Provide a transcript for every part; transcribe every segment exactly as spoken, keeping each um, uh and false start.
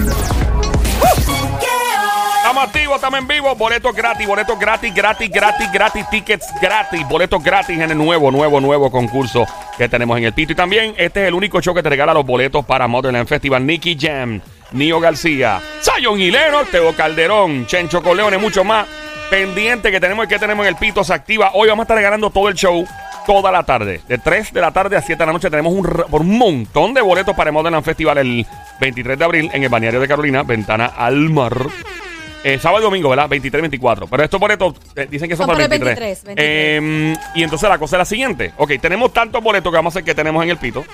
Estamos activos, estamos en vivo. Boletos gratis, boletos gratis, gratis, gratis, gratis, tickets gratis, boletos gratis en el nuevo, nuevo, nuevo concurso que tenemos en el Pito. Y también este es el único show que te regala los boletos para Motherland Festival. Nicky Jam, Nio García, Zion Hileno, Teo Calderón, Chencho Corleone, mucho más. Pendiente que tenemos y que tenemos en el Pito se activa. Hoy vamos a estar regalando todo el show toda la tarde. De tres de la tarde a siete de la noche tenemos un, por un montón de boletos para el Motherland Festival el veintitrés de abril en el Balneario de Carolina, Ventana al Mar. Eh, sábado y domingo, ¿verdad? veintitrés y veinticuatro. Pero estos boletos eh, dicen que son, son para el veintitrés. veintitrés, veintitrés. Eh, y entonces la cosa es la siguiente. Ok, tenemos tantos boletos que vamos a hacer que tenemos en el Pito.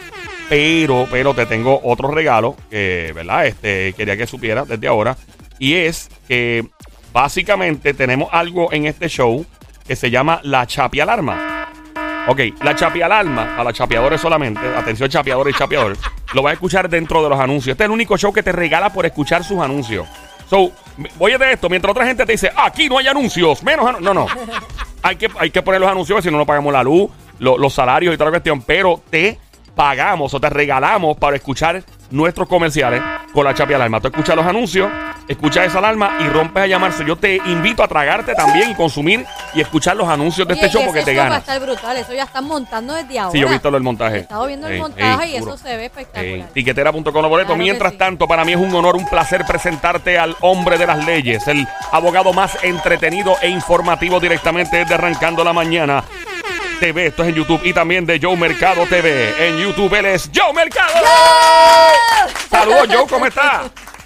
Pero, pero te tengo otro regalo que, ¿verdad? Este, quería que supieras desde ahora. Y es que básicamente tenemos algo en este show que se llama la Chapi Alarma. Ok, la Chapi Alarma, a los chapeadores solamente. Atención, chapeadores y chapeadores. Lo vas a escuchar dentro de los anuncios. Este es el único show que te regala por escuchar sus anuncios. So, oye de esto, mientras otra gente te dice, aquí no hay anuncios, menos anuncios. No, no. Hay que, hay que poner los anuncios, si no, no pagamos la luz, lo, los salarios y toda la cuestión. Pero te pagamos o te regalamos para escuchar nuestros comerciales con la Chapi Alarma. Tú escuchas los anuncios, escuchas esa alarma y rompes a llamarse. Yo te invito a tragarte también y consumir y escuchar los anuncios de Oye, este show porque te ganas. Eso va a estar brutal. Eso ya están montando desde ahora. Sí, yo he visto lo del montaje. He estado viendo el Ey, montaje ey, y duro. eso se ve espectacular. Ey, tiquetera punto com los boletos. Claro Mientras sí. tanto, para mí es un honor, un placer presentarte al hombre de las leyes, el abogado más entretenido e informativo directamente desde Arrancando la Mañana T V. Esto es en YouTube y también de Joe Mercado T V. En YouTube él es Joe Mercado. ¡Yeah! Saludos, Joe, ¿cómo estás?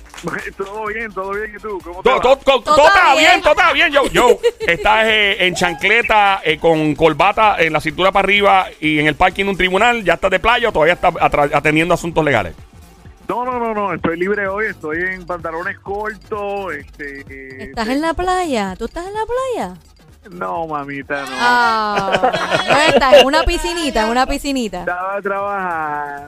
Todo bien, todo bien. ¿Y tú? ¿Cómo te Todo, va? todo, todo, Todo todo está está bien, bien. todo está bien, Joe. Joe, estás eh, en chancleta, eh, con corbata en la cintura para arriba y en el parking de un tribunal. ¿Ya estás de playa o todavía estás atra- atendiendo asuntos legales? No, no, no, no. Estoy libre hoy. Estoy en pantalones cortos. Este, ¿Estás en la playa? ¿Tú estás en la playa? No, mamita, no. Ah, no estás en una piscinita, en una piscinita. Estaba trabajando.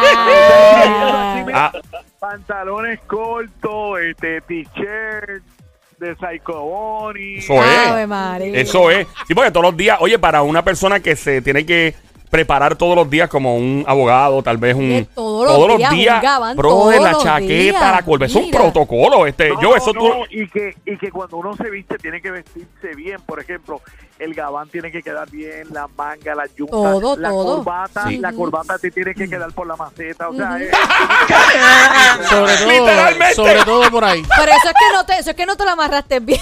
Ah. Ah, Pantalones cortos, este, t-shirt de Psycho Bonnie. eso es. Ave María. Eso es. Sí, porque todos los días, oye, para una persona que se tiene que preparar todos los días como un abogado, tal vez un... Oye, todos los días, un gabán, brother, todos la los chaqueta, días. la corbata, es un Mira. protocolo. Este, No, yo eso no, tú... y que, y que cuando uno se viste tiene que vestirse bien. Por ejemplo, el gabán tiene que quedar bien, la manga, la yunta, Todo, la todo. corbata, Sí. la corbata te tiene que quedar por la maceta. O sea, Ujú. es- Sobre todo, Literalmente. sobre todo por ahí. Pero eso es que no te, eso es que no te la amarraste bien.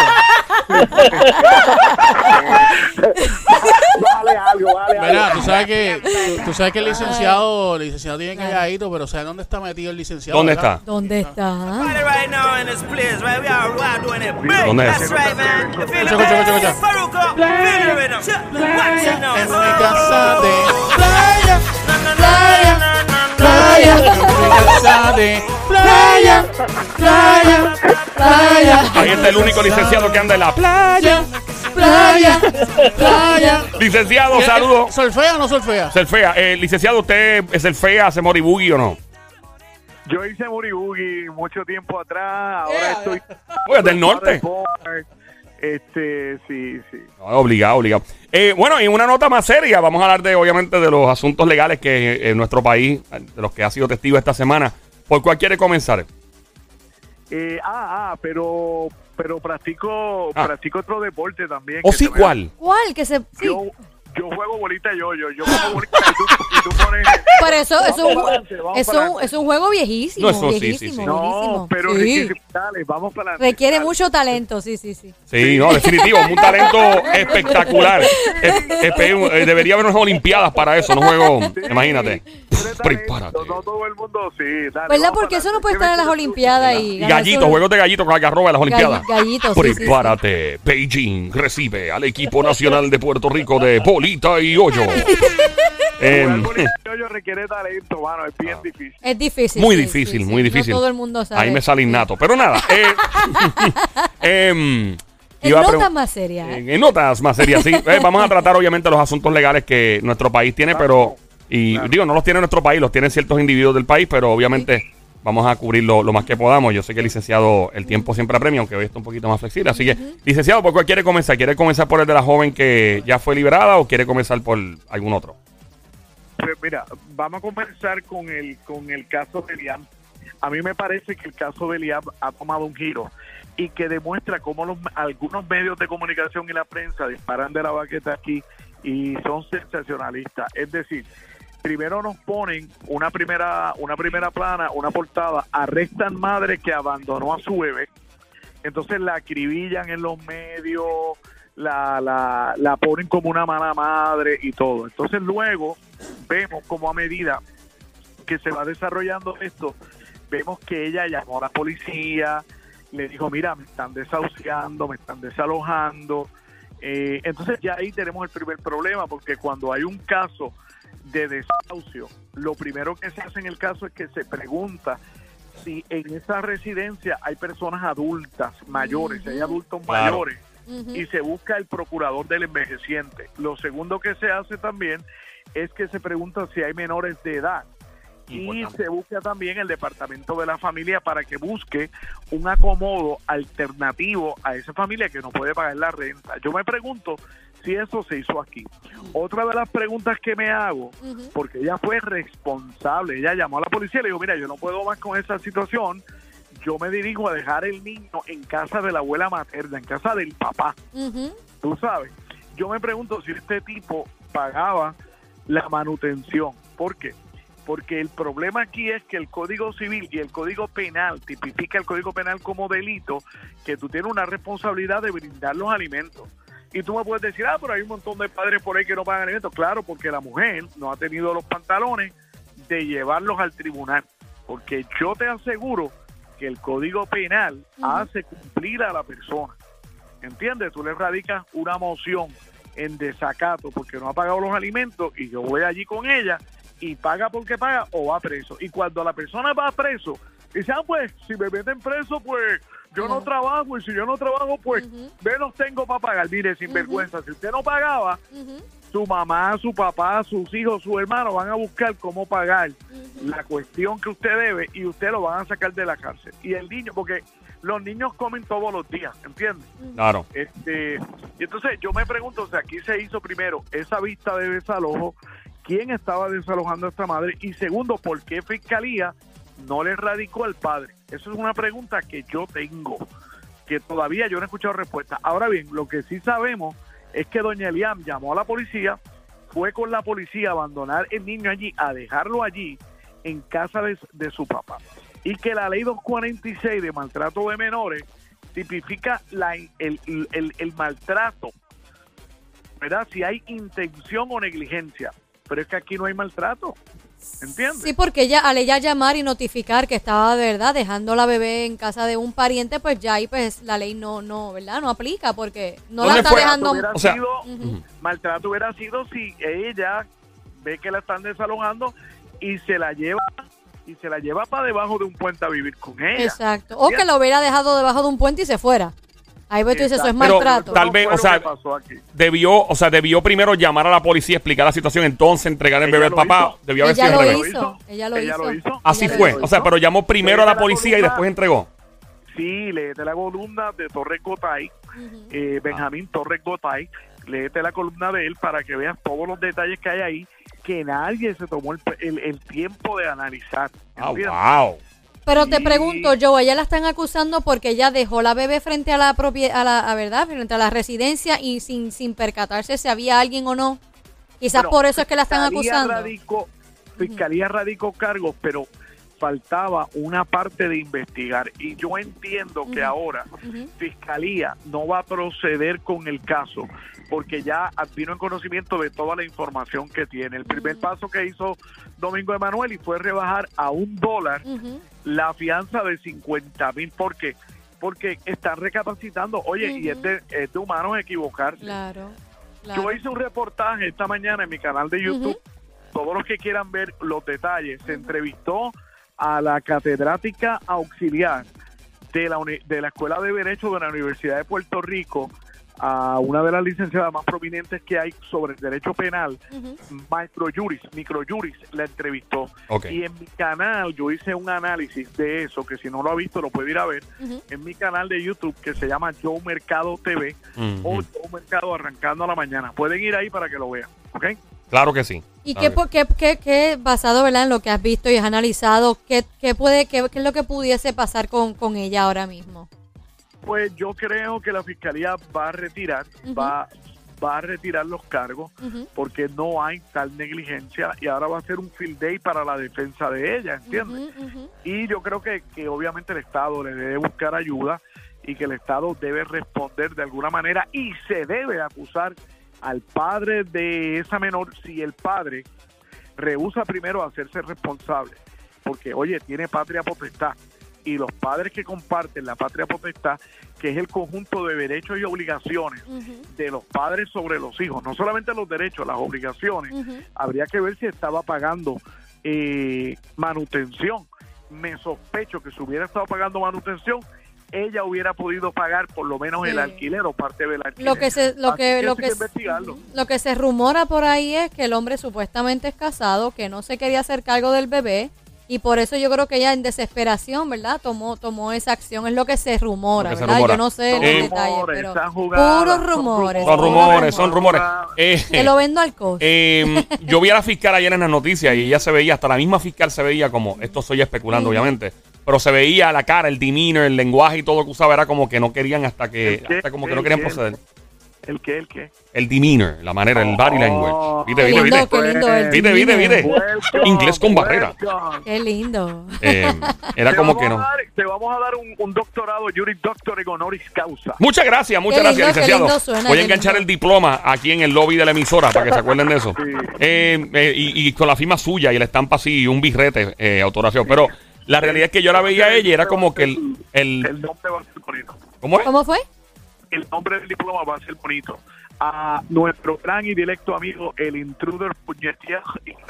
vale algo, vale Mira, algo. tú sabes que tú, tú sabes que el licenciado, el licenciado tiene calladito, pero ¿sabes dónde está metido el licenciado? ¿Dónde verdad? está? ¿Dónde está? Right now in this place, right? We are, we are doing it big. ¿Dónde es? That's right, man. You feel Escucha, it? escucha, escucha, escucha. Farruko, feel the rhythm. Watch it now. En mi casa de Playa, Playa, playa, en mi casa de playa, playa, playa. Ahí está el único licenciado que anda en la playa. Playa, playa, playa. Licenciado, saludos. ¿Solfea o no solfea? Selfea, eh, licenciado, ¿usted es el fea, hace moribugi o no? Yo hice Boogie Boogie mucho tiempo atrás, ahora Yeah, estoy... Oye, del norte. Este, sí, sí. No, obligado, obligado. Eh, bueno, y una nota más seria, vamos a hablar de, obviamente, de los asuntos legales que eh, en nuestro país, de los que ha sido testigo esta semana. ¿Por cuál quiere comenzar? Eh, ah, ah, pero pero practico Ah. practico otro deporte también. ¿O que sí se me- cuál? ¿Cuál? Que se, sí. Yo, yo juego bolita yo, yo, yo juego bolita y tú, y tú pones... Pero eso, eso, es un, Vamos pa'lante, vamos es, un, pa'lante. es un juego viejísimo. No, eso sí, sí, viejísimo, sí. No, viejísimo. pero Sí. requiere, dale, vamos para adelante. Requiere dale. mucho talento, sí, sí, sí. Sí, no, definitivo, un talento espectacular. Es- es- eh, debería haber unas olimpiadas para eso, no juego, Sí, imagínate. tiene talento, Prepárate. No todo el mundo, sí. Dale, ¿Verdad? vamos Porque eso no pa'lante. puede ¿Qué estar en las me- Olimpiadas y... Y ganar gallitos, solo- juegos de gallitos con algarroba en las olimpiadas. Galli- gallitos, sí, sí, sí. Prepárate. Beijing recibe al equipo nacional de Puerto Rico de bolita y hoyo. Em, Jugar bolita y yo requiere talento, mano, es bien difícil. Es difícil. Muy sí, difícil, sí, sí. muy difícil. No todo el mundo sabe. Ahí me sale innato. Pero nada. Eh, em, En iba a notas pregun- más serias. ¿eh? En, en notas más serias, sí. Eh, vamos a tratar, obviamente, los asuntos legales que nuestro país tiene, pero. Y Claro. digo, no los tiene nuestro país, los tienen ciertos individuos del país, pero obviamente vamos a cubrir lo, lo más que podamos. Yo sé que el licenciado, el tiempo siempre apremia, aunque hoy está un poquito más flexible. Así que, licenciado, ¿por cuál quiere comenzar? ¿Quiere comenzar por el de la joven que ya fue liberada o quiere comenzar por algún otro? Pues mira, vamos a comenzar con el con el caso de Liam. a mí me parece que el caso de Eliab ha tomado un giro y que demuestra cómo los, algunos medios de comunicación y la prensa disparan de la baqueta aquí y son sensacionalistas. Es decir, primero nos ponen una primera una primera plana, una portada, arrestan madre que abandonó a su bebé, entonces la acribillan en los medios, la, la, la ponen como una mala madre y todo. Entonces luego vemos como a medida que se va desarrollando esto, vemos que ella llamó a la policía, le dijo, mira, me están desahuciando, me están desalojando. Eh, entonces ya ahí tenemos el primer problema, porque cuando hay un caso de desahucio, lo primero que se hace en el caso es que se pregunta si en esa residencia hay personas adultas, mayores, uh-huh. hay adultos claro. mayores, uh-huh. y se busca el procurador del envejeciente. Lo segundo que se hace también es que se pregunta si hay menores de edad. Y se busca también el departamento de la familia para que busque un acomodo alternativo a esa familia que no puede pagar la renta. Yo me pregunto si eso se hizo aquí. Otra de las preguntas que me hago, uh-huh. porque ella fue responsable, ella llamó a la policía y le dijo, mira, yo no puedo más con esa situación, yo me dirijo a dejar el niño en casa de la abuela materna, en casa del papá. Uh-huh. Tú sabes, yo me pregunto si este tipo pagaba la manutención. ¿Por qué? Porque el problema aquí es que el Código Civil y el Código Penal tipifica el Código Penal como delito, que tú tienes una responsabilidad de brindar los alimentos. Y tú me puedes decir, ah, pero hay un montón de padres por ahí que no pagan alimentos. Claro, porque la mujer no ha tenido los pantalones de llevarlos al tribunal. Porque yo te aseguro que el Código Penal uh-huh. hace cumplir a la persona. ¿Entiendes? Tú le radicas una moción en desacato porque no ha pagado los alimentos y yo voy allí con ella y paga porque paga o va preso. Y cuando la persona va preso, dice, ah, pues, si me meten preso, pues, yo uh-huh. no trabajo, y si yo no trabajo, pues, uh-huh. menos tengo para pagar. Mire, sin uh-huh. vergüenza, si usted no pagaba, uh-huh. su mamá, su papá, sus hijos, sus hermanos van a buscar cómo pagar uh-huh. la cuestión que usted debe y usted lo van a sacar de la cárcel. Y el niño, porque los niños comen todos los días, ¿entiendes? Claro. Este, y entonces yo me pregunto, o sea, aquí se hizo primero esa vista de desalojo, quién estaba desalojando a esta madre, y segundo, ¿por qué Fiscalía no le radicó al padre? Eso es una pregunta que yo tengo, que todavía yo no he escuchado respuesta. Ahora bien, lo que sí sabemos es que doña Eliab llamó a la policía, fue con la policía a abandonar el niño allí, a dejarlo allí en casa de, de su papá, y que la ley doscientos cuarenta y seis de maltrato de menores tipifica la, el, el, el, el maltrato, ¿verdad? Si hay intención o negligencia. Pero es que aquí no hay maltrato, ¿entiendes? Sí, porque ella, al ella llamar y notificar que estaba, de verdad, dejando la bebé en casa de un pariente, pues ya ahí pues la ley no, no, ¿verdad? No aplica porque no la está fue? dejando. O sea, sido, uh-huh. maltrato hubiera sido si ella ve que la están desalojando y se la lleva y se la lleva para debajo de un puente a vivir con ella. Exacto. O que lo hubiera dejado debajo de un puente y se fuera. Ahí ves, tú dices, eso es maltrato. Pero, tal vez, o sea, debió, o sea, debió primero llamar a la policía, explicar la situación, entonces entregar el bebé al papá. Hizo. Debió haber ella sido lo el hizo. Ella lo ella hizo. Lo hizo. Así ella fue. Lo o sea, pero llamó primero a la policía columna, y después entregó. Sí, léete la columna de Torres Gotay, uh-huh. eh, Benjamín ah. Torres Gotay, léete la columna de él para que veas todos los detalles que hay ahí, que nadie se tomó el, el, el tiempo de analizar. Oh, wow. Pero te pregunto, Joe, ella la están acusando porque ella dejó la bebé frente a la propiedad, a la a verdad, frente a la residencia y sin sin percatarse si había alguien o no. Quizás bueno, por eso es que la están acusando. Radicó, Fiscalía uh-huh. radicó cargos, pero faltaba una parte de investigar. Y yo entiendo uh-huh. que ahora uh-huh. Fiscalía no va a proceder con el caso porque ya vino en conocimiento de toda la información que tiene. El primer uh-huh. paso que hizo Domingo Emanuel y fue rebajar a un dólar uh-huh. la fianza de cincuenta mil. ¿Por qué? Porque están recapacitando. Oye, uh-huh. y es de, es de humanos equivocarse. Claro, claro. Yo hice un reportaje esta mañana en mi canal de YouTube. Uh-huh. Todos los que quieran ver los detalles. Se uh-huh. entrevistó a la catedrática auxiliar de la, uni- de la Escuela de Derecho de la Universidad de Puerto Rico, a una de las licenciadas más prominentes que hay sobre el derecho penal, uh-huh. microjuris, microjuris, la entrevistó. Okay. Y en mi canal yo hice un análisis de eso, que si no lo ha visto lo puede ir a ver, uh-huh. en mi canal de YouTube que se llama Joe Mercado T V uh-huh. o Joe Mercado Arrancando a la Mañana. Pueden ir ahí para que lo vean, ¿ok? Claro que sí. ¿Y qué, po- qué, qué, qué, basado, ¿verdad, en lo que has visto y has analizado, qué, qué, puede, qué, qué es lo que pudiese pasar con, con ella ahora mismo? Pues yo creo que la fiscalía va a retirar, Ujú. va, va a retirar los cargos Ujú. porque no hay tal negligencia y ahora va a ser un field day para la defensa de ella, ¿entiendes? Ujú, ujú. Y yo creo que, que obviamente el Estado le debe buscar ayuda y que el Estado debe responder de alguna manera y se debe acusar al padre de esa menor si el padre rehúsa primero a hacerse responsable, porque oye, tiene patria potestad y los padres que comparten la patria potestad, que es el conjunto de derechos y obligaciones Ujú. de los padres sobre los hijos, no solamente los derechos, las obligaciones, Ujú. habría que ver si estaba pagando eh, manutención. Me sospecho que si hubiera estado pagando manutención, ella hubiera podido pagar por lo menos Sí. el alquiler o parte del alquiler. Lo que se, lo Así que, lo eso hay que, que investigarlo. lo que se rumora por ahí es que el hombre supuestamente es casado, que no se quería hacer cargo del bebé y por eso yo creo que ella en desesperación, ¿verdad? Tomó, tomó esa acción, es lo que se rumora, Lo que se ¿verdad? rumora. Yo no sé Son los Eh, detalles, rumores, pero están jugadas, puros son rumores. Son rumores, son rumores. jugadas. Eh, Te lo vendo al costo. eh, yo vi a la fiscal ayer en las noticias y ella se veía, hasta la misma fiscal se veía como, esto estoy especulando Ujú. obviamente, pero se veía la cara, el demeanor, el lenguaje y todo que usaba era como que no querían hasta que, ¿El qué? hasta como que ¿El no querían qué? proceder. ¿El qué? ¿El qué? El demeanor, la manera, el body Oh. language. Viste, Qué viste, lindo, viste. qué lindo el Viste, viste, demeanor. viste. Welcome, Inglés con barrera. welcome. Qué lindo. Eh, era Te como vamos que a no. dar- te vamos a dar un, un doctorado, Juris Doctor en honoris causa. Muchas gracias, muchas Qué gracias, lindo, qué licenciado. lindo suena, Voy a qué enganchar lindo. el diploma aquí en el lobby de la emisora para que se acuerden de eso. Sí. Eh, eh, y, y con la firma suya y la estampa así y un birrete eh, autografiado. Pero la realidad es que yo la veía a ella y era como que el... el El nombre va a ser bonito. ¿Cómo es? ¿Cómo fue? El nombre del diploma va a ser bonito. A nuestro gran y directo amigo, el intruder puñetier.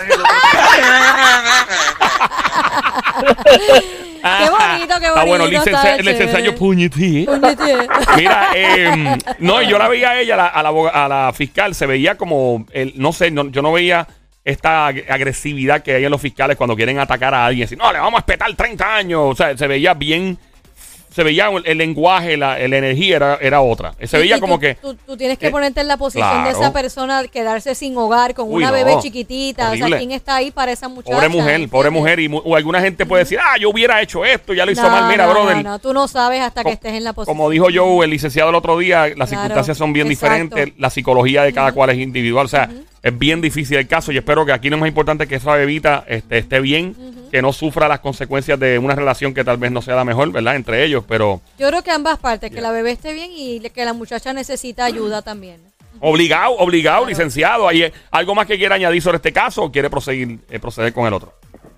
Qué bonito, qué bonito. Está bueno, está licencia, el chévere. licenciario Puñetí. Puñetier. Mira, eh, no, yo la veía a ella, a la, a la, aboga- a la fiscal, se veía como, el, no sé, no- yo no veía esta ag- agresividad que hay en los fiscales cuando quieren atacar a alguien. Así, no, le vamos a espetar treinta años. O sea, se veía bien, se veía el, el lenguaje, la, la energía era, era otra. Se Y- veía y como tú, que... Tú, tú tienes que eh, ponerte en la posición de claro. esa persona, quedarse sin hogar con Uy, una no. bebé chiquitita. O Horrible. sea, ¿quién está ahí para esa muchacha? Pobre mujer, pobre ¿entiendes? mujer. Y mu- o alguna gente puede decir, ah, yo hubiera hecho esto, ya lo hizo No, mal. Mira, no, brother. No, no, tú no sabes hasta que Co- estés en la posición. Como dijo Joe, el licenciado el otro día, las Claro, circunstancias son bien exacto. diferentes, la psicología de cada cual es individual, o sea, es bien difícil el caso y espero que aquí lo más importante es que esa bebita este, esté bien, que no sufra las consecuencias de una relación que tal vez no sea la mejor, ¿verdad? Entre ellos, pero Yo creo que ambas partes, que Yeah. la bebé esté bien y le- que la muchacha necesita ayuda también. obligado, obligado, Claro. licenciado. ¿Hay eh, algo más que quiera añadir sobre este caso o quiere proseguir, eh, proceder con el otro?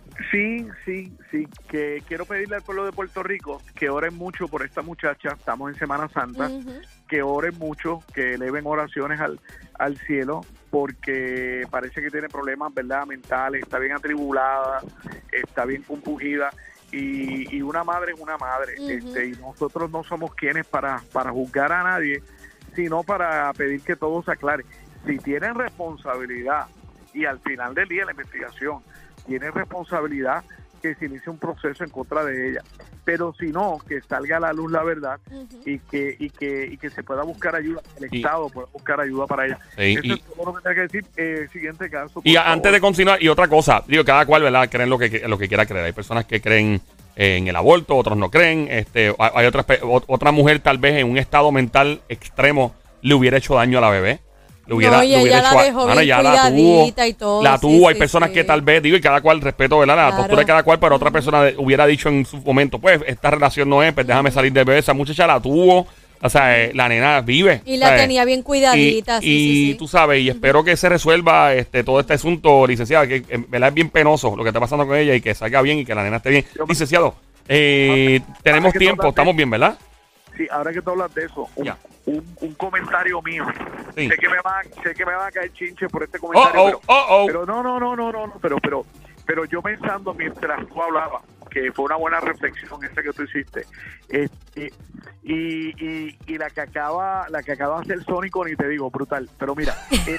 Sí, sí, sí, que quiero pedirle al pueblo de Puerto Rico que oren mucho por esta muchacha, estamos en Semana Santa, Ujú. que oren mucho, que eleven oraciones al, al cielo, porque parece que tiene problemas, ¿verdad?, mentales, está bien atribulada, está bien compugida, y, y una madre es una madre, Ujú. este, y nosotros no somos quienes para, para juzgar a nadie, sino para pedir que todo se aclare. Si tienen responsabilidad, y al final del día la investigación tiene responsabilidad, que se inicie un proceso en contra de ella, pero si no, que salga a la luz la verdad Ujú. y que y que y que se pueda buscar ayuda, el Y- Estado pueda buscar ayuda para ella. Sí, Eso y- es todo lo que tengo que decir. Eh, siguiente caso. Y por a- antes favor. de continuar, y otra cosa, digo, cada cual, ¿verdad? Creen lo que, lo que quiera creer. Hay personas que creen eh, en el aborto, otros no creen. Este, hay hay otras, pe- ot- otra mujer tal vez en un estado mental extremo le hubiera hecho daño a la bebé. Le hubiera, No, y le hubiera ella la hecho a- dejó Mano, bien ya la tuvo, cuidadita y todo, la sí, tuvo. Hay sí, personas sí. que tal vez, digo, y cada cual respeto, ¿verdad? La Claro. postura de cada cual, pero otra persona de- hubiera dicho en su momento, pues, esta relación no es, pues déjame salir del bebé. Esa muchacha la tuvo. O sea, eh, la nena vive. Y la ¿sabes? tenía bien cuidadita, Y, sí, y sí, sí. tú sabes, y espero que se resuelva este todo este asunto, licenciado, que en verdad es bien penoso lo que está pasando con ella y que salga bien y que la nena esté bien. Yo- Licenciado, eh, Ahora tenemos que tú tiempo, hablas de- estamos bien, ¿verdad? Sí, ahora que tú hablas de eso, un, Ya. un, un comentario mío. Sí. Sé que me va, sé que me va a caer chinche por este comentario, Oh, oh, pero, oh, oh. pero no, no, no, no, no, no, pero, pero, pero yo pensando mientras tú hablabas, que fue una buena reflexión esa que tú hiciste, este, y, y, y la que acaba, la que acaba de hacer Sónico, ni te digo, brutal. Pero mira, eh,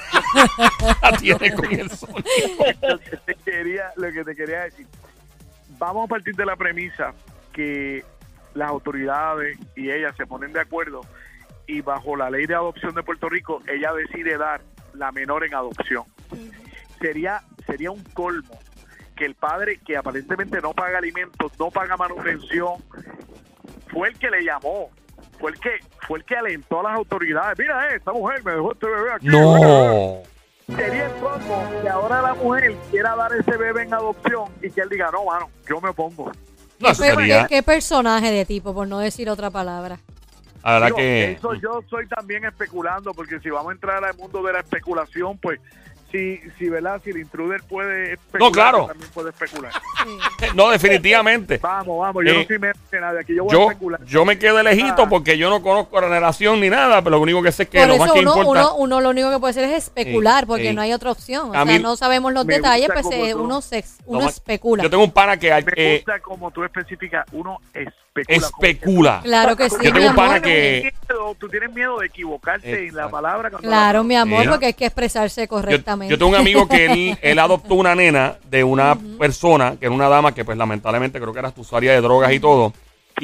La tiene con el sonido. lo que te quería, lo que te quería decir, vamos a partir de la premisa que las autoridades y ella se ponen de acuerdo y bajo la ley de adopción de Puerto Rico ella decide dar la menor en adopción. Sería sería un colmo que el padre, que aparentemente no paga alimentos, no paga manutención, fue el que le llamó, fue el que fue el que alentó a las autoridades. Mira, eh, esta mujer me dejó este bebé aquí. No. Sería el colmo que ahora la mujer quiera dar ese bebé en adopción y que él diga, no, mano, yo me opongo. No, eso ¿Qué, sería. qué- qué personaje de tipo, por no decir otra palabra? La verdad Digo, que. eso yo estoy también especulando, porque si vamos a entrar al mundo de la especulación, pues si, si ¿verdad? Si el intruder puede especular, No, claro. también puede especular. Sí. No, definitivamente. Vamos, vamos, yo Eh, no soy menos que nadie, aquí yo voy a Yo, especular. yo me quedo lejito Ah. porque yo no conozco la relación ni nada, pero lo único que sé es que Por lo más eso que uno, importa. uno, uno lo único que puede hacer es especular, Sí, porque sí. no hay otra opción. O A sea, mí- no sabemos los me detalles, gusta pues como eh, tú- uno, se, Lo uno más- especula. Yo tengo un pana que hay, Me eh, gusta como tú especificas, uno especula. especula. Claro que sí, Yo tengo mi un pana amor. que- Miedo, tú tienes miedo de equivocarte en la Exacto. palabra. cuando Claro, la- mi amor, Sí. porque hay que expresarse Yo, correctamente. yo tengo un amigo que él, él adoptó una nena de una persona, que era una dama que pues lamentablemente creo que era usuaria de drogas y todo.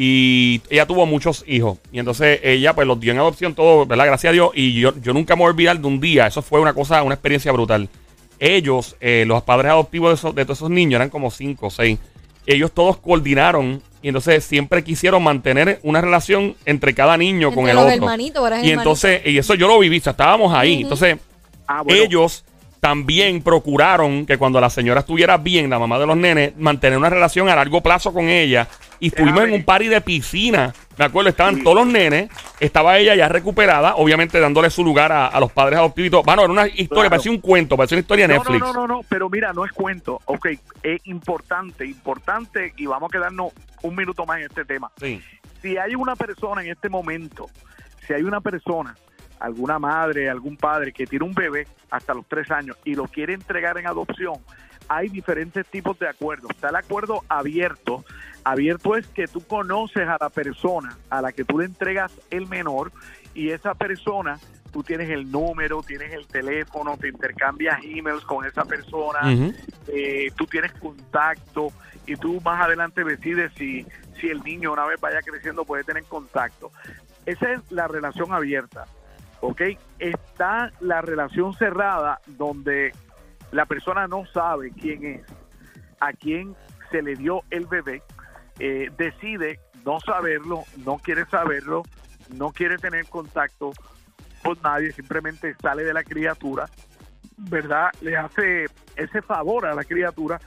Y ella tuvo muchos hijos. Y entonces ella pues los dio en adopción todo, ¿verdad? Gracias a Dios. Y yo, yo nunca me voy a olvidar de un día. Eso fue una cosa, una experiencia brutal. Ellos, eh, los padres adoptivos de, esos, de todos esos niños, eran como cinco o seis. Ellos todos coordinaron y entonces siempre quisieron mantener una relación entre cada niño Entre con el los otro. hermanitos, ¿verdad? Y entonces, y eso yo lo viví, o sea, estábamos ahí. Ujú. Entonces, Ah, bueno. ellos también procuraron que cuando la señora estuviera bien, la mamá de los nenes, mantener una relación a largo plazo con ella. Y estuvimos en un party de piscina. Me acuerdo, estaban Sí. todos los nenes. Estaba ella ya recuperada, obviamente dándole su lugar a, a los padres adoptivos. Bueno, era una historia, Claro. parecía un cuento, parecía una historia de No, Netflix. no, no, no, no, pero mira, no es cuento. Ok, es importante, importante, y vamos a quedarnos un minuto más en este tema. Sí. Si hay una persona en este momento, si hay una persona, alguna madre, algún padre que tiene un bebé hasta los tres años y lo quiere entregar en adopción, hay diferentes tipos de acuerdos. Está el acuerdo abierto. Abierto es que tú conoces a la persona a la que tú le entregas el menor, y esa persona, tú tienes el número, tienes el teléfono, te intercambias emails con esa persona, Ujú. eh, tú tienes contacto, y tú más adelante decides si, si el niño, una vez vaya creciendo, puede tener contacto. Esa es la relación abierta, ¿ok? Está la relación cerrada, donde la persona no sabe quién es, a quién se le dio el bebé, eh, decide no saberlo, no quiere saberlo, no quiere tener contacto con nadie, simplemente sale de la criatura, ¿verdad? Le hace ese favor a la criatura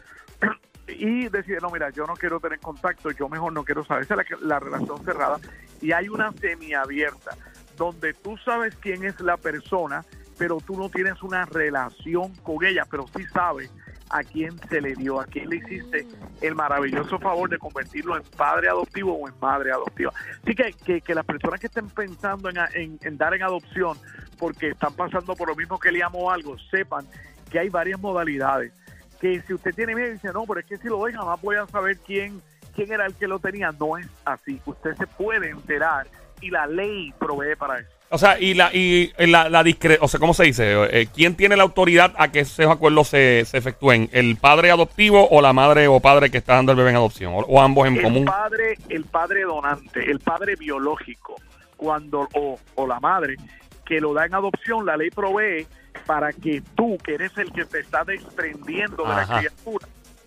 y decide, no, mira, yo no quiero tener contacto, yo mejor no quiero saber. Esa es la, la relación cerrada. Y hay una semiabierta, donde tú sabes quién es la persona, pero tú no tienes una relación con ella, pero sí sabes a quién se le dio, a quién le hiciste el maravilloso favor de convertirlo en padre adoptivo o en madre adoptiva. Así que, que, que las personas que estén pensando en, en, en dar en adopción, porque están pasando por lo mismo que le amo algo, sepan que hay varias modalidades. Que si usted tiene miedo y dice, no, pero es que si lo doy jamás voy a saber quién, quién era el que lo tenía, no es así. Usted se puede enterar y la ley provee para eso. O sea, y la y la, la discre o sea, ¿cómo se dice? Eh, ¿Quién tiene la autoridad a que esos acuerdos se, se efectúen? ¿El padre adoptivo o la madre o padre que está dando el bebé en adopción? ¿O, o ambos en El común? padre, el padre donante, el padre biológico, cuando o, o la madre que lo da en adopción, la ley provee para que tú, que eres el que te está desprendiendo de Ajá. la criatura,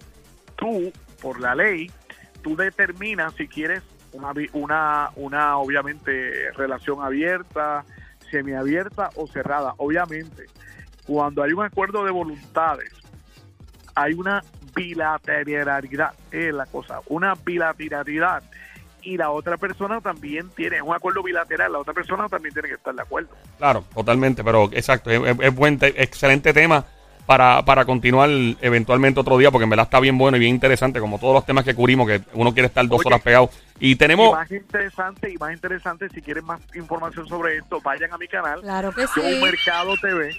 tú, por la ley, tú determinas si quieres una, vi- una, una obviamente, relación abierta, semiabierta o cerrada. Obviamente, cuando hay un acuerdo de voluntades, hay una bilateralidad, es la cosa, una bilateralidad, y la otra persona también tiene un acuerdo bilateral, la otra persona también tiene que estar de acuerdo. Claro, totalmente, pero exacto, es, es- es buen te- excelente tema para, para continuar eventualmente otro día, porque en verdad está bien bueno y bien interesante, como todos los temas que cubrimos, que uno quiere estar dos Oye, horas pegado. Y tenemos... Y más interesante, y más interesante, si quieren más información sobre esto, vayan a mi canal, Claro que Yo sí. Mercado T V.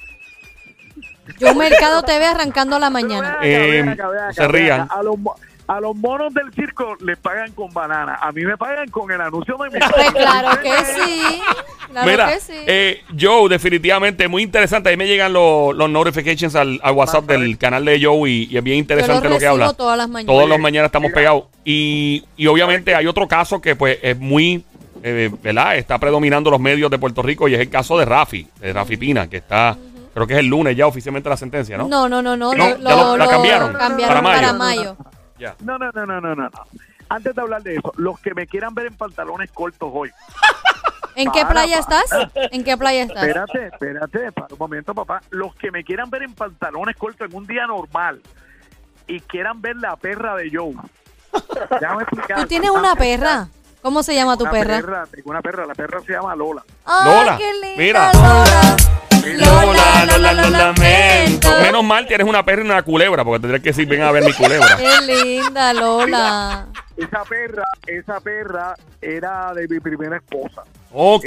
Yo Mercado T V arrancando la mañana. Pero ven acá, Eh, ven acá, ven acá, se ven rían. acá. A los, mo- a los monos del circo les pagan con banana. A mí me pagan con el anuncio de mi Pues claro que sí. Claro Mira, que sí. eh, Joe, definitivamente muy interesante. Ahí me llegan los, los notifications al, al WhatsApp Vamos a ver. del canal de Joe y, y es bien Yo interesante lo lo que recibo habla. todas las mañanas. Todos los mañanas estamos Mira. pegados. Y, y obviamente hay otro caso que pues es muy, eh, ¿verdad? Está predominando los medios de Puerto Rico y es el caso de Rafi, de Rafi Pina, que está Creo que es el lunes ya oficialmente la sentencia, ¿no? No, no, no, no. No, lo, ya lo- la lo cambiaron. cambiaron Para para mayo. mayo. Ya. No, no, no, no, no, no, no. Antes de hablar de eso, los que me quieran ver en pantalones cortos hoy. ¿En qué Para, playa para. estás? ¿En qué playa estás? Espérate, espérate, para un momento, papá. Los que me quieran ver en pantalones cortos en un día normal y quieran ver la perra de Joe. Déjame explicar. ¿Tú tienes una perra? ¿Cómo se llama tu Una perra? Tengo una perra, la perra se llama Lola. ¡Ay, Lola, qué linda, mira. Lola! Lola, Lola, lo lamento. Menos mal tienes una perra y una culebra, porque tendrías que decir, ven a ver mi culebra. Qué linda, Lola. Esa perra, esa perra era de mi primera esposa. Ok.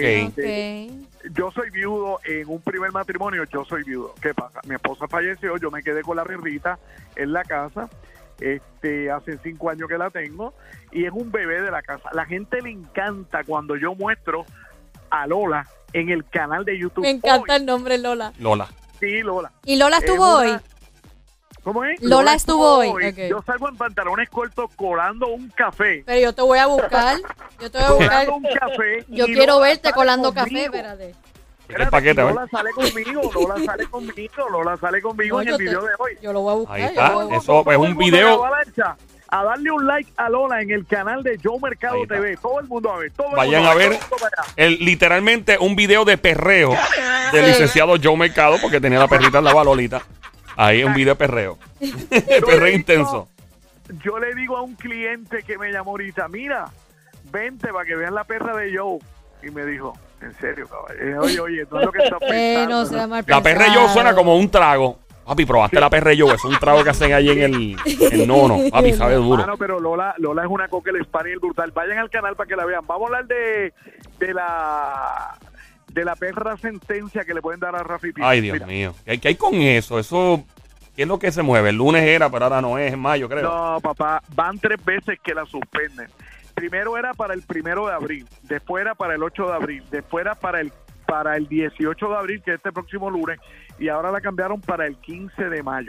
Ok. Yo soy viudo en un primer matrimonio, yo soy viudo. ¿Qué pasa? Mi esposa falleció, yo me quedé con la perrita en la casa. Este, hace cinco años que la tengo y es un bebé de la casa. La gente le encanta cuando yo muestro a Lola en el canal de YouTube. Me encanta Hoy, el nombre Lola. Lola. sí, Lola. ¿Y Lola Es estuvo una- hoy? ¿Cómo es? Lola estuvo hoy, ok. Yo salgo en pantalones cortos colando un café. Pero yo te voy a buscar. Yo te voy a buscar. Colando un café. Yo y quiero Lola verte sale colando café, conmigo. espérate. El paquete, a ver. Lola sale conmigo, Lola sale conmigo, Lola sale conmigo No, en yo el te- video de hoy. Yo lo voy a buscar. Ahí yo está. lo voy a buscar. Eso es Todo un el mundo video. en avalancha a darle un like a Lola en el canal de Joe Mercado Ahí está. T V. Todo el mundo a ver. Todo el Vayan mundo a ver todo el mundo para allá. el, literalmente un video de perreo del licenciado Joe Mercado, porque tenía la perrita al lado a Lolita. Ahí un video de perreo. Perreo intenso. Yo le digo a un cliente que me llamó ahorita, mira, vente para que vean la perra de Joe. Y me dijo, en serio, caballo. Eh, Oye, oye, no es lo que estás Eh, pensando. no sea mal La perra de Joe suena pensado. como un trago. Papi, probaste la perra de Joe. Es un trago que hacen ahí en el, el nono. Papi, sabe duro. Ah, no, pero Lola, Lola es una cocker spaniel brutal. Vayan al canal para que la vean. Vamos a hablar de, de la de la perra sentencia que le pueden dar a Rafi Pina. Ay, Dios Mira. mío. ¿Qué hay, qué hay con eso? Eso, ¿qué es lo que se mueve? El lunes era, pero ahora no es, en mayo, creo. No, papá, van tres veces que la suspenden. Primero era para el primero de abril, después era para el ocho de abril, después era para el para el dieciocho de abril, que es este próximo lunes, y ahora la cambiaron para el quince de mayo.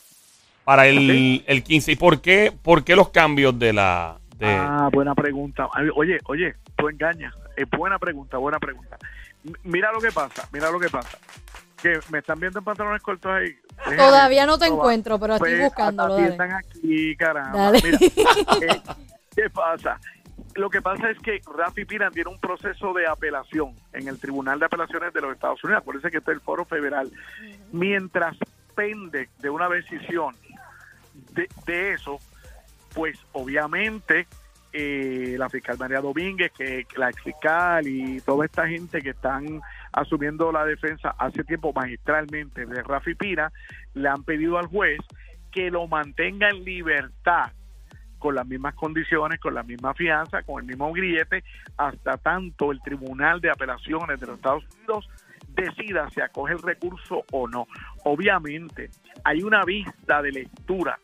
Para el, el quince. ¿Y por qué, por qué los cambios de la... De... Ah, buena pregunta. Ay, Oye, oye, tú engañas. Es buena pregunta, buena pregunta. M- mira lo que pasa, mira lo que pasa. Que me están viendo en pantalones cortos ahí. Todavía no te va. encuentro, pero estoy Pues, buscándolo. Dale. atiendan aquí, caramba. Dale. Mira, eh, ¿qué pasa? Lo que pasa es que Rafi Pina tiene un proceso de apelación en el Tribunal de Apelaciones de los Estados Unidos. Acuérdense que está el Foro Federal. Mientras pende de una decisión de, de eso, pues obviamente eh, la fiscal María Domínguez, que, que la ex fiscal y toda esta gente que están asumiendo la defensa hace tiempo magistralmente de Rafi Pina, le han pedido al juez que lo mantenga en libertad con las mismas condiciones, con la misma fianza, con el mismo grillete, hasta tanto el Tribunal de Apelaciones de los Estados Unidos decida si acoge el recurso o no. Obviamente, hay una vista de lectura,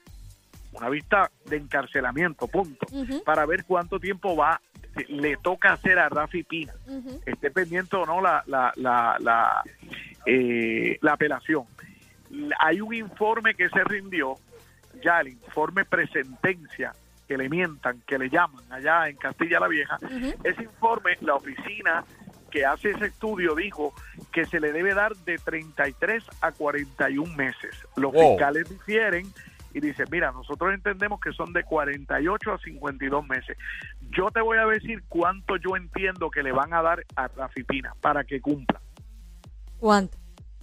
una vista de encarcelamiento, punto, Ujú. para ver cuánto tiempo va, le toca hacer a Rafi Pina, Ujú. esté pendiente o no la, la, la, la, eh, la apelación. Hay un informe que se rindió, ya el informe presentencia, que le mientan, que le llaman allá en Castilla la Vieja. Ujú. Ese informe, la oficina que hace ese estudio dijo que se le debe dar de treinta y tres a cuarenta y un meses. Los Wow. fiscales difieren y dicen, mira, nosotros entendemos que son de cuarenta y ocho a cincuenta y dos meses. Yo te voy a decir cuánto yo entiendo que le van a dar a Rafi Pina para que cumpla. ¿Cuánto?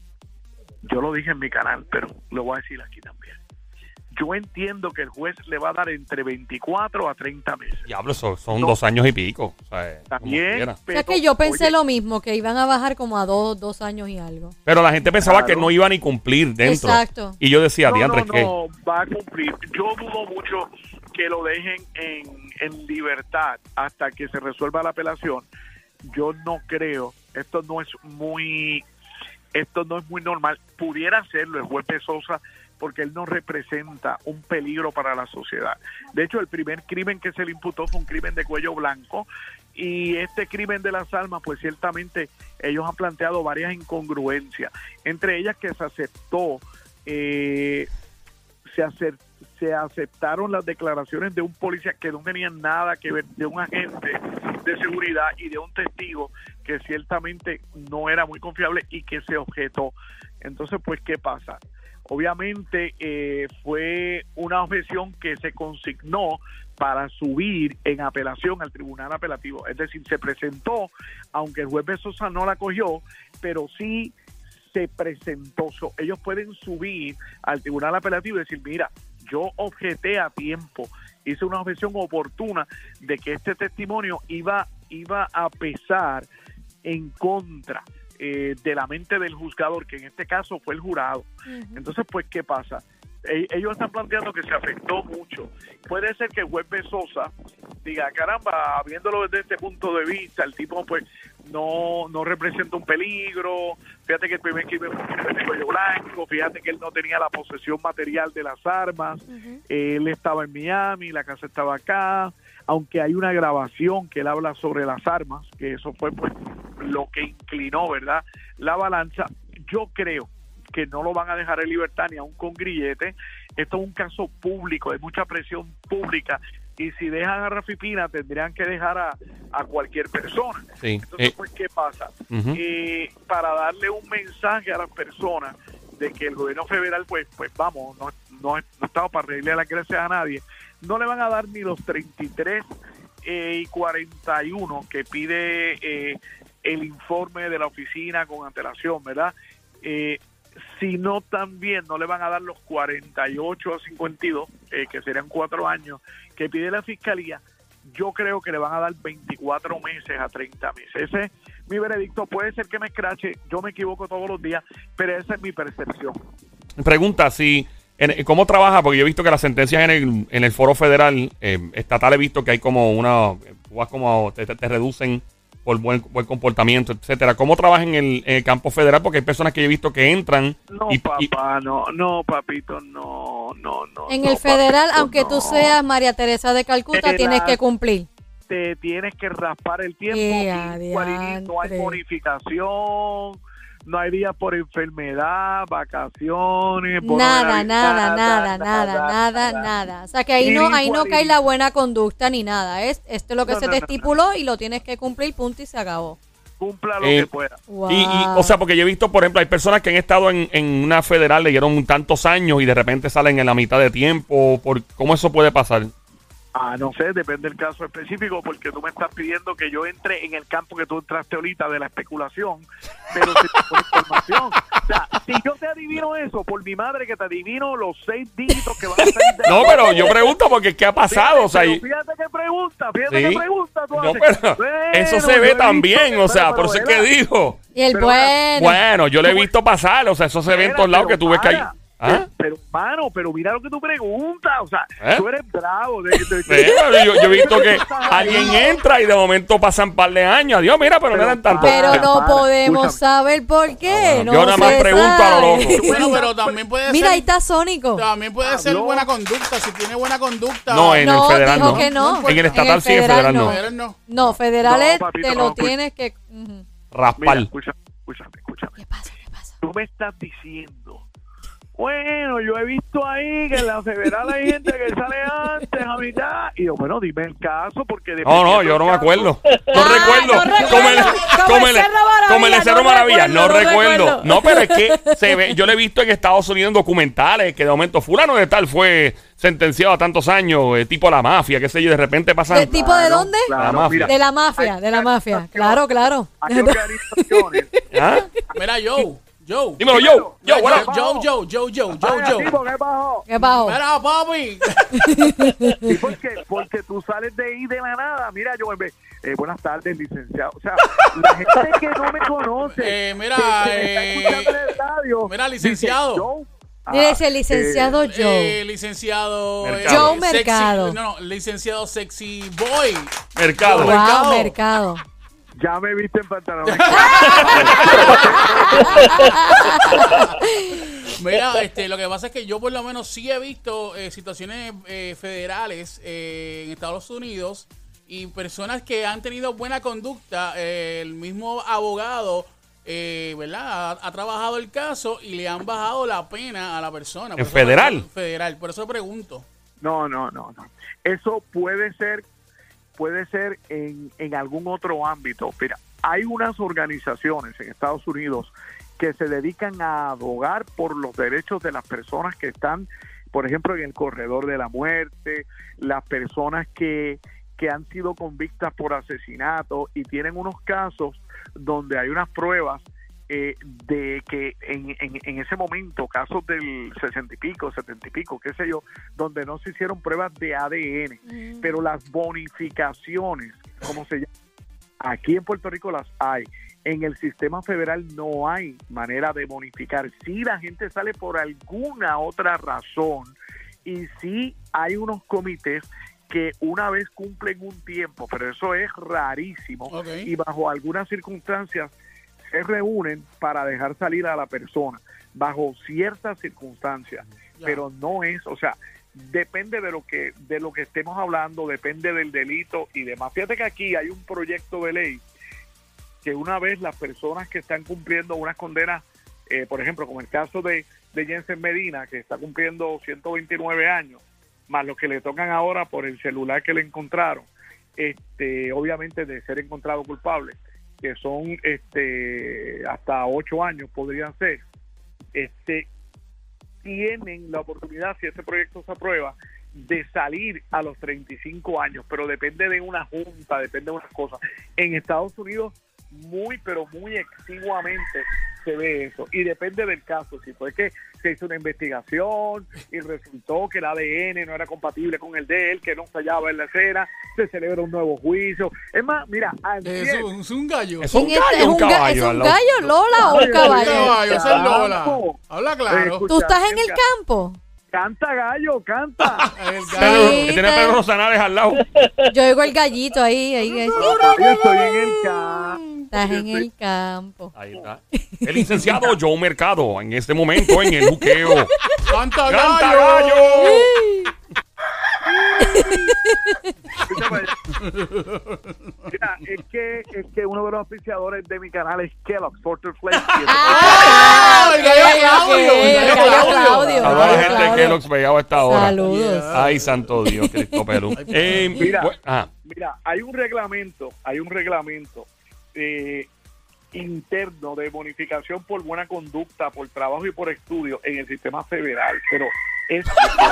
Yo lo dije en mi canal, pero lo voy a decir aquí también. Yo entiendo que el juez le va a dar entre veinticuatro a treinta meses. Diablo, eso son No. dos años y pico. O sea, como También, quiera. O sea pero, que yo pensé oye, lo mismo, que iban a bajar como a dos, dos años y algo. Pero la gente pensaba Claro. que no iba ni cumplir dentro. Exacto. Y yo decía, no, diantre, no, ¿qué? no, va a cumplir. Yo dudo mucho que lo dejen en, en libertad hasta que se resuelva la apelación. Yo no creo, esto no es muy, esto no es muy normal. Pudiera serlo el juez Pesosa, porque él no representa un peligro para la sociedad. De hecho, el primer crimen que se le imputó fue un crimen de cuello blanco, y este crimen de las almas, pues ciertamente ellos han planteado varias incongruencias, entre ellas que se aceptó, eh, se, acer- se aceptaron las declaraciones de un policía que no tenían nada que ver, de un agente de seguridad y de un testigo que ciertamente no era muy confiable y que se objetó. Entonces, pues, ¿qué pasa? Obviamente eh, fue una objeción que se consignó para subir en apelación al tribunal apelativo. Es decir, se presentó, aunque el juez Bezosa no la cogió, pero sí se presentó. So, ellos pueden subir al tribunal apelativo y decir, mira, yo objeté a tiempo, hice una objeción oportuna de que este testimonio iba, iba a pesar en contra eh, de la mente del juzgador, que en este caso fue el jurado. Uh-huh. Entonces, pues, ¿qué pasa? E- ellos están planteando que se afectó mucho. Puede ser que el juez Bezosa diga, caramba, viéndolo desde este punto de vista, el tipo pues no, no representa un peligro, fíjate que el primer crimen fue un crimen de cuello blanco, fíjate que él no tenía la posesión material de las armas, uh-huh. Él estaba en Miami, la casa estaba acá, aunque hay una grabación que él habla sobre las armas, que eso fue pues lo que inclinó, ¿verdad?, la balanza. Yo creo que no lo van a dejar en libertad ni aún con grillete. Esto es un caso público, de mucha presión pública, y si dejan a Rafi Pina tendrían que dejar a, a cualquier persona. Sí. Entonces, eh. pues, ¿qué pasa? Uh-huh. Eh, para darle un mensaje a las personas de que el gobierno federal, pues, pues vamos, no, no, no estaba para arreglar las gracias a nadie, no le van a dar ni los treinta y tres eh, y cuarenta y uno que pide eh, el informe de la oficina con antelación, ¿verdad? Eh, sino también no le van a dar los cuarenta y ocho a cincuenta y dos, eh, que serían cuatro años, que pide la fiscalía. Yo creo que le van a dar veinticuatro meses a treinta meses. Ese es mi veredicto. Puede ser que me escrache, yo me equivoco todos los días, pero esa es mi percepción. Pregunta, si en, ¿cómo trabaja? Porque yo he visto que las sentencias en el, en el foro federal, eh, estatal, he visto que hay como una, tú vas como, te, te, te reducen por buen, buen comportamiento, etcétera. ¿Cómo trabaja en el, en el campo federal? Porque hay personas que yo he visto que entran. No, y, papá, y... no, no, papito, no, no, no. En no, el federal, papito, aunque no. tú seas María Teresa de Calcuta, Te tienes la- que cumplir. Te tienes que raspar el tiempo, ¡Qué y igual, no hay adiantre! bonificación, no hay días por enfermedad, vacaciones, bono de Nada, Navidad, nada, nada, nada, nada, nada. O sea que ahí Y no, ahí no igual- cae la buena conducta ni nada. Es, esto es lo que No, se no, te no, estipuló y lo tienes que cumplir, punto, y se acabó. Cumpla lo Eh, que pueda. Wow. Y, y, o sea, porque yo he visto, por ejemplo, hay personas que han estado en, en una federal, le dieron tantos años y de repente salen en la mitad de tiempo. Por, ¿cómo eso puede pasar? Ah, no sé, depende del caso específico, porque tú me estás pidiendo que yo entre en el campo que tú entraste ahorita de la especulación, pero si por información. O sea, si yo te adivino eso, por mi madre que te adivino los seis dígitos que van a salir de No, pero yo pregunto porque ¿qué ha pasado? Fíjate, O sea, pero y- fíjate qué pregunta, fíjate Sí. qué pregunta tú no, haces. pero Bueno, eso se yo ve he también, visto- o sea, pero- por eso es pero que era- dijo. Y el Pero, bueno. Bueno, yo lo he tú- visto pasar, o sea, eso se ve en Espera, todos lados pero que tú ves que hay. para. ¿Ah? Pero, mano, pero mira lo que tú preguntas, o sea, ¿Eh? tú eres bravo. De, de- Sí, pero yo, yo he visto que alguien entra y de momento pasan un par de años. Adiós, mira, pero no Pero eran tanto. Pero Para, no para, podemos escúchame. saber por qué. No, no yo nada más se pregunto a lo sabe. loco. Bueno, pero también puede Mira, ser. ahí está Sónico. También puede ser Habló. buena conducta. Si tiene buena conducta. No, en No, el federal dijo no. que no. En el estatal sí, en el federal no. Federal no. No, federales No, papito, te no, lo escucha. tienes que... Ujú. Mira, Raspar. escúchame, escúchame, escúchame. ¿Qué pasa? ¿Qué pasa? Tú me estás diciendo, bueno, yo he visto ahí que en la federal hay gente que sale antes, a mitad. Y yo, bueno, dime el caso, porque... No, no, dependiendo yo no del me caso- acuerdo. No Ah, recuerdo. no recuerdo. Como el, Como como el el, Cerro Maravilla, como el de Cerro no Maravilla. No recuerdo, no recuerdo. recuerdo. No, pero es que se ve, yo lo he visto en Estados Unidos en documentales que de momento fulano de tal fue sentenciado a tantos años, eh, tipo la mafia, qué sé yo, y de repente pasan. ¿De tipo de dónde? La mafia. mira, De la mafia, de la mafia. Claro, claro. hay organizaciones. ¿Ah? Mira, Joe. Joe. Dímelo, yo. Yo, Joe, bueno. Joe, Joe, Joe, Joe, Joe, Ay, Joe. tipo, ¿qué pasó? ¿Qué bajo? Mira, papi. ¿Y por qué? Porque tú sales de ahí de la nada. Mira, yo me eh, buenas tardes, licenciado. O sea, la gente que no me conoce, Eh, mira, que, que me está eh, escuchando en el estadio, mira, licenciado. dice, Joe, ah, Dice licenciado eh, Joe. Eh, licenciado. Mercado. Joe sexy- Mercado. No, no, licenciado Sexy Boy. Mercado. Wow, Mercado. mercado. ya me viste en pantalones. Mira, este, lo que pasa es que yo por lo menos sí he visto eh, situaciones eh, federales eh, en Estados Unidos y personas que han tenido buena conducta. Eh, el mismo abogado, eh, ¿verdad? Ha, ha trabajado el caso y le han bajado la pena a la persona. Por ¿En eso- federal? Federal, por eso pregunto. No, no, no, no. Eso puede ser, puede ser en, en algún otro ámbito. Mira, hay unas organizaciones en Estados Unidos que se dedican a abogar por los derechos de las personas que están, por ejemplo, en el corredor de la muerte, las personas que, que han sido convictas por asesinato y tienen unos casos donde hay unas pruebas eh, de que en, en, en ese momento, casos del sesenta y pico, setenta y pico, qué sé yo, donde no se hicieron pruebas de A D N, mm. pero las bonificaciones, ¿cómo se llama? Aquí en Puerto Rico las hay. En el sistema federal no hay manera de bonificar. Si la gente sale por alguna otra razón y sí hay unos comités que una vez cumplen un tiempo, pero eso es rarísimo, okay. y bajo algunas circunstancias se reúnen para dejar salir a la persona, bajo ciertas circunstancias, yeah. pero no es, o sea, depende de lo que de lo que estemos hablando, depende del delito y demás. Fíjate que aquí hay un proyecto de ley que una vez las personas que están cumpliendo unas condenas, eh, por ejemplo, como el caso de, de Jensen Medina, que está cumpliendo ciento veintinueve años, más los que le tocan ahora por el celular que le encontraron, este, obviamente de ser encontrado culpable, que son este hasta ocho años podrían ser, este tienen la oportunidad, si este proyecto se aprueba, de salir a los treinta y cinco años, pero depende de una junta, depende de unas cosas. En Estados Unidos muy, pero muy exiguamente se ve eso, y depende del caso. Si fue que se hizo una investigación y resultó que el A D N no era compatible con el de él, que no se hallaba en la escena, se celebra un nuevo juicio. Es más, mira, es un, es un gallo. Es un gallo, es un, un caballo. ¿Es un gallo, Lola, o un caballo? Un caballo, es el Lola. Habla claro. ¿Tú estás en el campo? Canta, gallo, canta. El gallo. Sí, que tiene Pedro Rosanales al lado. Yo oigo el gallito ahí. ahí, ahí. Yo estoy en el campo. Estás en el campo. Ahí está. El licenciado Joe Mercado, en este momento en el juqueo. ¡Canta, ¡Canta, gallo! Mira, es que, es que uno de los auspiciadores de mi canal es Kellogg's Fortress Flakes. ¡Ah! ¡El gallo Claudio! ¡El gallo Claudio! A la gente de Kellogg's pegado a esta hora. Saludos. Ay, santo Dios, Cristo Perú. Eh, mira, bueno, ah. mira, hay un reglamento, hay un reglamento eh, interno de bonificación por buena conducta, por trabajo y por estudio en el sistema federal, pero es...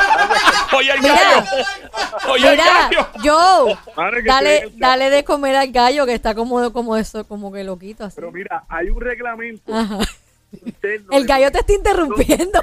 ¡Oye, el gallo! ¡Oye, el gallo! Joe, dale, dale de comer al gallo, que está como, como eso, como que loquito así. Pero mira, hay un reglamento interno. El gallo te está interrumpiendo.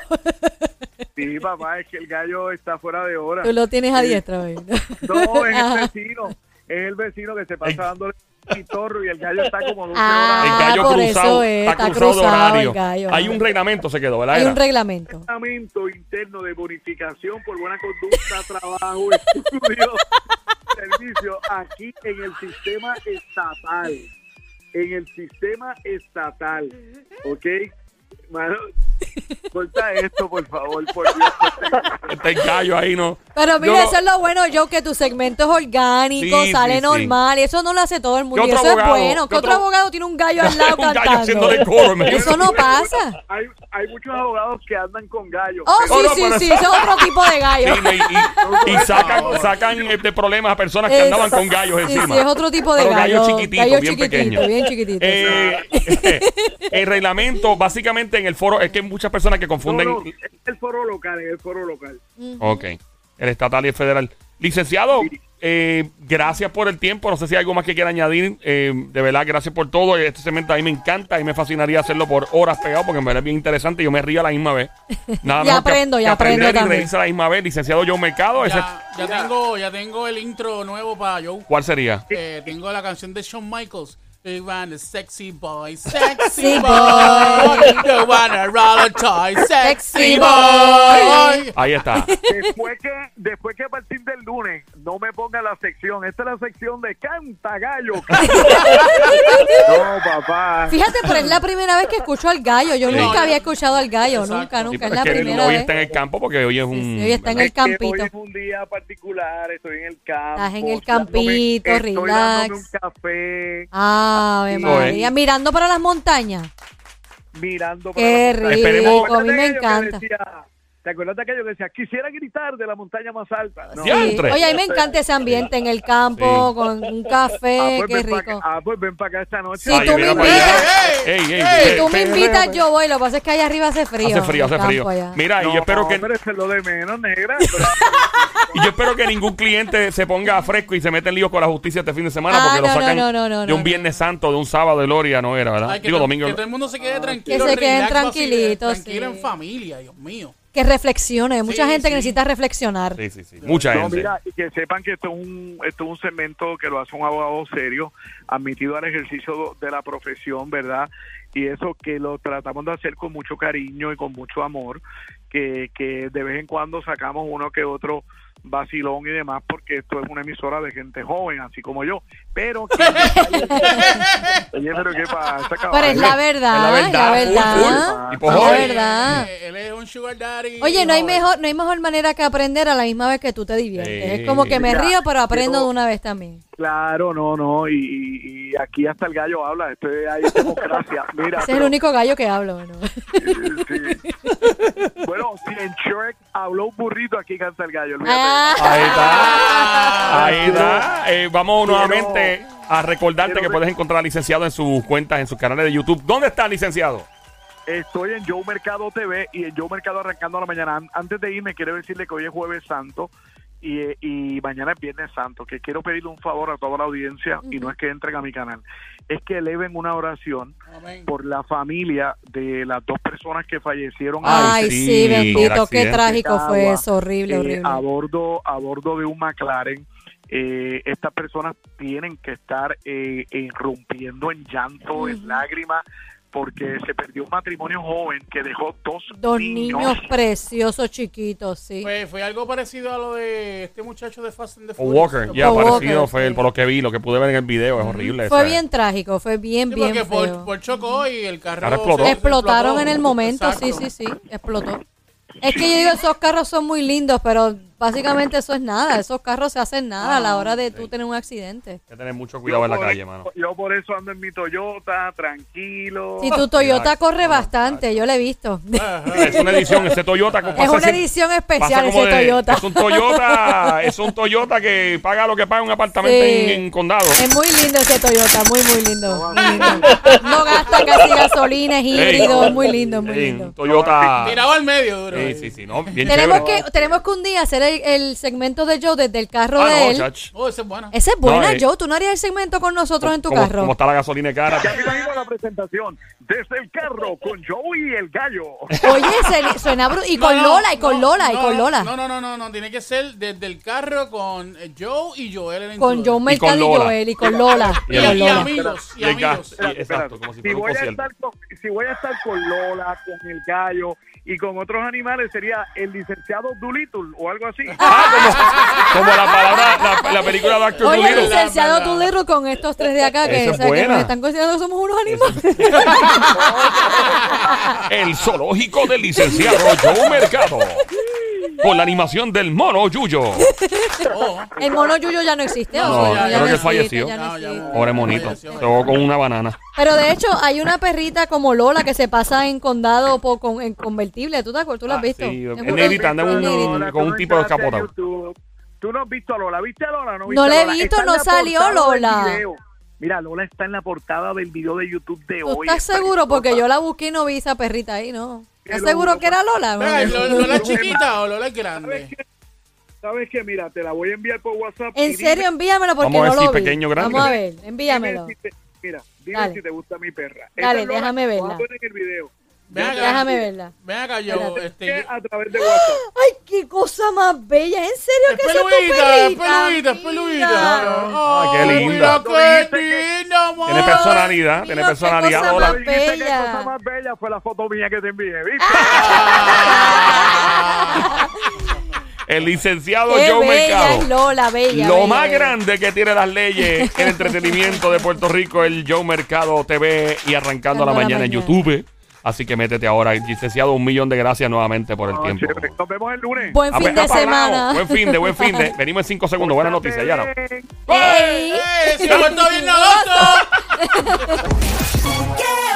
Sí, papá, es que el gallo está fuera de hora. Tú lo tienes a diestra, ¿verdad? No, es el vecino. Es el vecino que se pasa dándole pitorro y el gallo está como doce ah, horas. El gallo por cruzado, eso es, está, está cruzado, cruzado de horario. El gallo, hay un reglamento, se quedó, ¿verdad? Hay Era? un reglamento. Un reglamento interno de bonificación por buena conducta, trabajo, estudio, servicio, aquí en el sistema estatal. En el sistema estatal. ¿Ok? Mano, corta esto, por favor, por Dios. Está el gallo ahí, ¿no? Pero mira, Yo, eso es lo bueno, Joe, que tu segmento es orgánico, sí, sale sí, normal, y eso no lo hace todo el mundo, y ¿Qué eso otro es abogado? bueno. ¿Qué ¿Qué otro otro- abogado tiene un gallo al lado un gallo cantando? haciéndole coro. me- Eso no pasa. Hay, hay muchos abogados que andan con gallos. Oh, pero- sí, no, sí, pero sí, eso- eso es otro tipo de gallo. Sí, no, y, y- y sacan, sacan este problemas a personas que Es- andaban con gallos sí, encima. sí, es otro tipo de Pero gallo. gallos chiquititos, Gallo bien chiquitito, pequeños. bien chiquitito. Eh, el reglamento, básicamente en el foro, es que hay muchas personas que No, confunden. no, es el foro local, es el foro local. Ok, el estatal y el federal. Licenciado, eh, gracias por el tiempo. No sé si hay algo más que quiera añadir. Eh, de verdad, gracias por todo. Este segmento a mí me encanta y me fascinaría hacerlo por horas pegado porque me parece bien interesante y yo me río a la misma vez. Nada Y mejor que- aprendo, y que aprendo aprender y también. reírse a la misma vez. Licenciado Joe Mercado, ese- Ya, ya tengo, ya tengo el intro nuevo para Joe. ¿cuál sería? Eh, tengo la canción de Shawn Michaels. You wanna sexy boy, sexy Sexy boy. boy. You wanna roll a toy, sexy Sexy boy. Ahí está. Después que, después que a partir del lunes no me ponga la sección, esta es la sección de Canta Gallo. No, papá. Fíjate, pero es la primera vez que escucho al gallo. Yo Sí. nunca había escuchado al gallo, Exacto. nunca, Sí, nunca. pero Es la es que primera hoy vez. está en el campo porque hoy es un. Sí, hoy está en el Es que hoy campito. es un día particular, estoy en el campo. Estás en el dándome- campito, estoy relax. dándome un café, Ave Sí. María, mirando para las montañas. mirando. Qué para la montaña. rico, Esperemos- a mí me Acuérdate que yo encanta. decía, ¿Te acuerdas de aquello que decía, quisiera gritar de la montaña más alta? No. Sí. Diantre. Oye, a mí me encanta ese ambiente en el campo, Sí. con un café, Ah, pues qué ven pa' rico. acá. Ah, pues ven para acá esta noche. Si Ay, tú mira me para allá. invitas, Ey, ey, si pe- tú me pe- invitas, yo voy. Lo que pasa es que allá arriba hace frío. Hace frío, en hace el frío. campo allá. Mira, y No, yo espero que pero eso es lo de menos, negra. Pero- y yo espero que ningún cliente se ponga fresco y se meta en lío con la justicia este fin de semana Ah, porque lo no, no, sacan no, no, no, de un no, Viernes Santo, de un sábado de gloria, no era, ¿verdad? Ay, que, Digo, to- domingo. que todo el mundo se quede tranquilo. Que se queden relax, tranquilitos, así, Tranquilo sí. en familia, Dios mío. Que reflexione. Hay mucha Sí, gente que sí. necesita reflexionar. Sí, sí, sí. Mucha No, gente. mira, y que sepan que esto es un esto es un segmento que lo hace un abogado serio, admitido al ejercicio de la profesión, ¿verdad? Y eso que lo tratamos de hacer con mucho cariño y con mucho amor, que, que de vez en cuando sacamos uno que otro vacilón y demás, porque esto es una emisora de gente joven, así como yo. Pero que- Oye, pero ¿qué pasa, Pero es caballo? la verdad, Es es la la verdad, verdad. full, full. Tipo Es la joven. verdad. Eh, Él es un sugar daddy. Oye, no hay joven. mejor, no hay mejor manera que aprender a la misma vez que tú te diviertes. Sí. Es como que me Mira, río, pero aprendo yo- de una vez también. Claro, no, no, y, y- y aquí hasta el gallo habla, esto es, hay democracia. Mira, Ese es pero- el único gallo que hablo. ¿no? Sí. Bueno, si en Shrek habló un burrito, aquí canta el gallo. olvídate. Ah. Ahí está. Ahí está. Eh, vamos Quiero- nuevamente a recordarte quiero que ver- puedes encontrar al licenciado en sus cuentas, en sus canales de YouTube. ¿Dónde está el licenciado? Estoy en Joe Mercado T V y en Joe Mercado arrancando a la mañana. An- Antes de irme, quiero decirle que hoy es Jueves Santo y, eh, y mañana es Viernes Santo, que quiero pedirle un favor a toda la audiencia, y no es que entren a mi canal, es que eleven una oración Amén. por la familia de las dos personas que fallecieron Ay, Ay, sí, sí, bendito, qué accidente. trágico fue Agua, eso, horrible, eh, horrible. a bordo a bordo de un McLaren. Eh, estas personas tienen que estar eh, irrumpiendo en llanto, en lágrimas, porque se perdió un matrimonio joven que dejó dos, Dos niños preciosos chiquitos, sí. Fue, fue algo parecido a lo de este muchacho de Fast and the Paul Furious. Walker. Ya, Paul parecido Walker, fue sí. el- por lo que vi, lo que pude ver en el video. Es horrible. Fue esa- bien trágico, fue bien, Sí, bien porque por, feo. por chocó y el carro, Carro explotó. se- Explotaron explotó. en el momento, Exacto. sí, sí, sí, explotó. Es que yo digo, esos carros son muy lindos, pero básicamente eso es nada. Esos carros se hacen nada a la hora de tú tener un accidente. Hay que tener mucho cuidado en la calle, mano. Yo por eso ando en mi Toyota, tranquilo. Si tu Toyota Relax, corre no, bastante, yo lo he visto. Es una edición, ese Toyota. Es pasa una ese- edición pasa especial como ese de- Toyota. Es un Toyota, es un Toyota que paga lo que paga un apartamento Sí. en, en condado. Es muy lindo ese Toyota, muy, muy lindo. muy lindo. No gasta casi gasolina, es híbrido, Ey. es muy lindo, muy Ey, lindo. un Toyota. Tirado al medio, duro. Sí, sí, sí, no, bien Tenemos chévere. que, tenemos que un día hacer el, el segmento de Joe desde el carro Ah, de no, él. chach. Oh, ese es bueno. Esa es buena, No, eh. Joe. ¿Tú no harías el segmento con nosotros en tu Como- carro? Como está la gasolina cara. Ya mismo la presentación desde el carro con Joey y el gallo. Oye, se- suena bru- y No, con no, Lola, y con no, Lola, y no, con Lola. No, no, no, no, no, tiene que ser desde el carro con eh, Joe y Joel. el Con intruder. Joe Mercado y, Lola. Joel, y con Lola. Y Y el- con Y Lola. amigos, y Y el gas. amigos. Sí, Espérate, exacto, espérate. como si si, fuera un voy a concierto. estar con, si voy a estar con Lola, con el gallo y con otros animales, sería el licenciado Doolittle o algo así. Ah, como, como la palabra, la, la película Doctor Oye, Dolittle. licenciado verdad. Doolittle con estos tres de acá que, Esa es o sea, que buena. nos están considerando que somos unos animales. El zoológico del licenciado Joe Mercado. Con la animación del mono Yuyo. Oh, El mono Yuyo ya no existe. o No, sea, creo ya no que existe, falleció. ya no No, ya existe. Pobre monito. Se ahogó con una banana. Pero de hecho, hay una perrita como Lola que se pasa en condado po- con, en convertible. ¿Tú te acuerdas? ¿Tú la has Ah, visto? sí, Es en muy- negrita, anda un- negrita. con un tipo descapotado. Tú no has visto a Lola, ¿viste a Lola? No, viste No a la he Lola? visto, Está en no la salió portada del Lola. video. Mira, Lola está en la portada del video de YouTube de ¿Tú hoy. estás Está seguro? en Porque todas. yo la busqué y no vi esa perrita ahí, ¿no? ¿Estás Pero seguro Lola- que era Lola? Venga, ¿Lola Lola es chiquita o Lola es ¿Sabes grande? qué? ¿Sabes qué? Mira, te la voy a enviar por WhatsApp. En y serio, dime- envíamelo porque Vamos a ver no si lo vi. pequeño o grande. Vamos a ver, dime envíamelo. si te- mira, dime Dale. si te gusta mi perra. Dale, Esa es Lola, déjame verla. vamos a poner en el video. Ven acá. Déjame verla. Ven acá, Joe. Espérate. Este, Que yo- a través de WhatsApp. ¡Ay, qué cosa más bella! ¿En serio Es que esa es tu peludita, es perrita? peludita, es peludita. Mira. Ah, qué Ay, linda. mira qué linda, amor. Tiene personalidad, Mira tiene qué personalidad, cosa Lola. más Dijiste que bella. cosa más bella fue la foto mía que te envié, ¿viste? Ah. El licenciado ¡Qué Joe bella Mercado. es Lola, bella! Lo bella, más bella. grande que tiene las leyes en entretenimiento de Puerto Rico, el Joe Mercado T V y arrancando a la Arrancando la mañana en mañana. YouTube. Así que métete ahora. Licenciado, un millón de gracias nuevamente por el No, tiempo. chévere. Nos vemos el lunes. Buen Ah, fin pues, de ah, pa' hablado. semana. Buen fin de, buen fin de. Venimos en cinco segundos. Buenas noticias, ya no. ¡Ey! ¡Eh! ¡Se ha vuelto bien agosto! ¿Qué